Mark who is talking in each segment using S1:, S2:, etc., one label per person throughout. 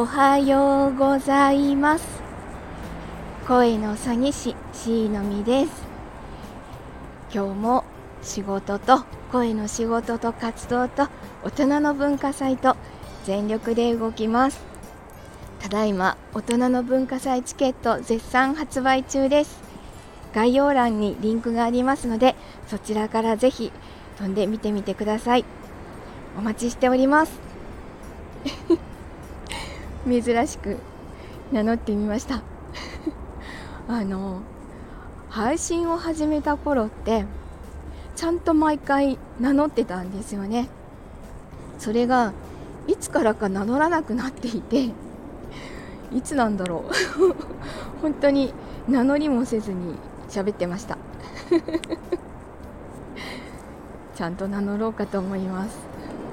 S1: おはようございます。声の詐欺師 C のみです。今日も仕事と声の仕事と活動と大人の文化祭と全力で動きます。ただいま大人の文化祭チケット絶賛発売中です。概要欄にリンクがありますので、そちらからぜひ飛んで見てみてください。お待ちしております。珍しく名乗ってみました。配信を始めた頃ってちゃんと毎回名乗ってたんですよね。それがいつからか名乗らなくなっていて、いつなんだろう本当に名乗りもせずに喋ってましたちゃんと名乗ろうかと思います。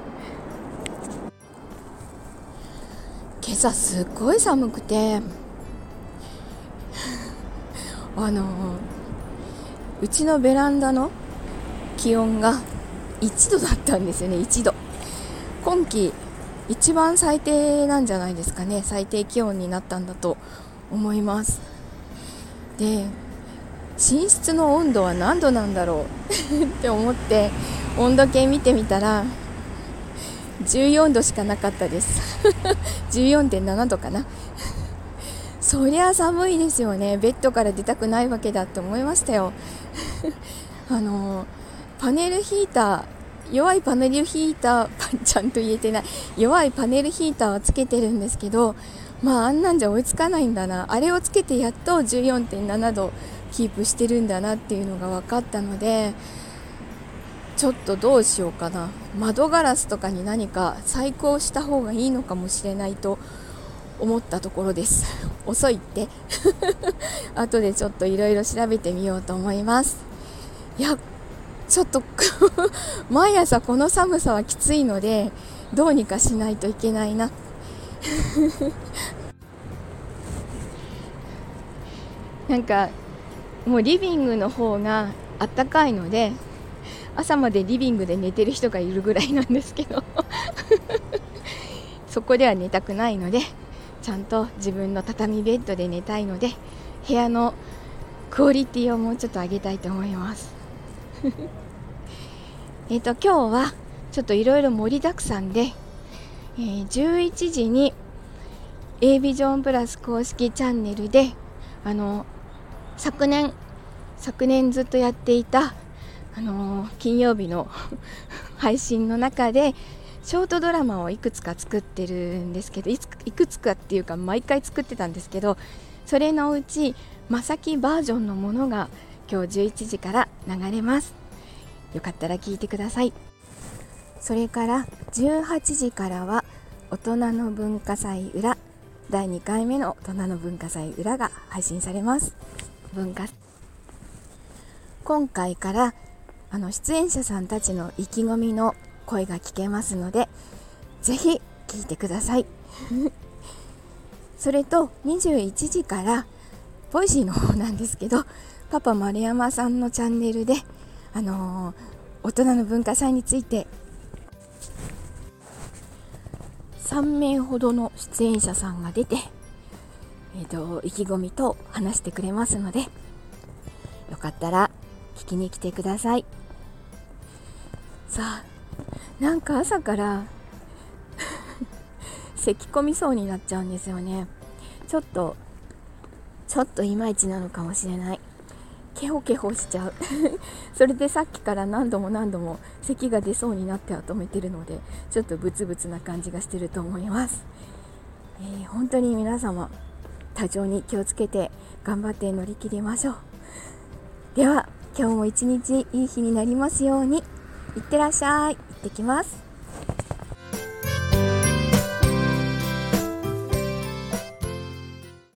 S1: 今朝すっごい寒くてうちのベランダの気温が1度だったんですよね。1度、今季一番最低なんじゃないですかね。最低気温になったんだと思います。で、寝室の温度は何度なんだろうって思って温度計見てみたら14度しかなかったです14.7 度かなそりゃ寒いですよね。ベッドから出たくないわけだって思いましたよパネルヒーター、弱いパネルヒーターちゃんと言えてない、弱いパネルヒーターはつけてるんですけど、あんなんじゃ追いつかないんだな。あれをつけてやっと 14.7 度キープしてるんだなっていうのが分かったので、ちょっとどうしようかな。窓ガラスとかに何か細工をした方がいいのかもしれないと思ったところです遅いって後でちょっといろいろ調べてみようと思います。いや、ちょっと毎朝この寒さはきついので、どうにかしないといけないななんかもうリビングの方があったかいので、朝までリビングで寝てる人がいるぐらいなんですけどそこでは寝たくないので、ちゃんと自分の畳ベッドで寝たいので、部屋のクオリティをもうちょっと上げたいと思います今日はちょっといろいろ盛りだくさんで、11時に A ビジョンプラス公式チャンネルで昨年ずっとやっていた金曜日の配信の中でショートドラマをいくつか作ってるんですけど、いくつかっていうか毎回作ってたんですけど、それのうちまさきバージョンのものが今日11時から流れます。よかったら聞いてください。それから18時からは大人の文化祭裏、第2回目の大人の文化祭裏が配信されます。今回から出演者さんたちの意気込みの声が聞けますので、ぜひ聞いてくださいそれと21時からボイシーの方なんですけど、パパ丸山さんのチャンネルで大人の文化祭について3名ほどの出演者さんが出て、意気込みと話してくれますので、よかったら聞きに来てください。さあ、なんか朝から咳込みそうになっちゃうんですよね。ちょっといまいちなのかもしれない。ケホケホしちゃうそれでさっきから何度も咳が出そうになっては止めてるので、ちょっとブツブツな感じがしてると思います。本当に皆様体調に気をつけて頑張って乗り切りましょう。では今日も一日いい日になりますように。いってらっしゃい。行ってきます。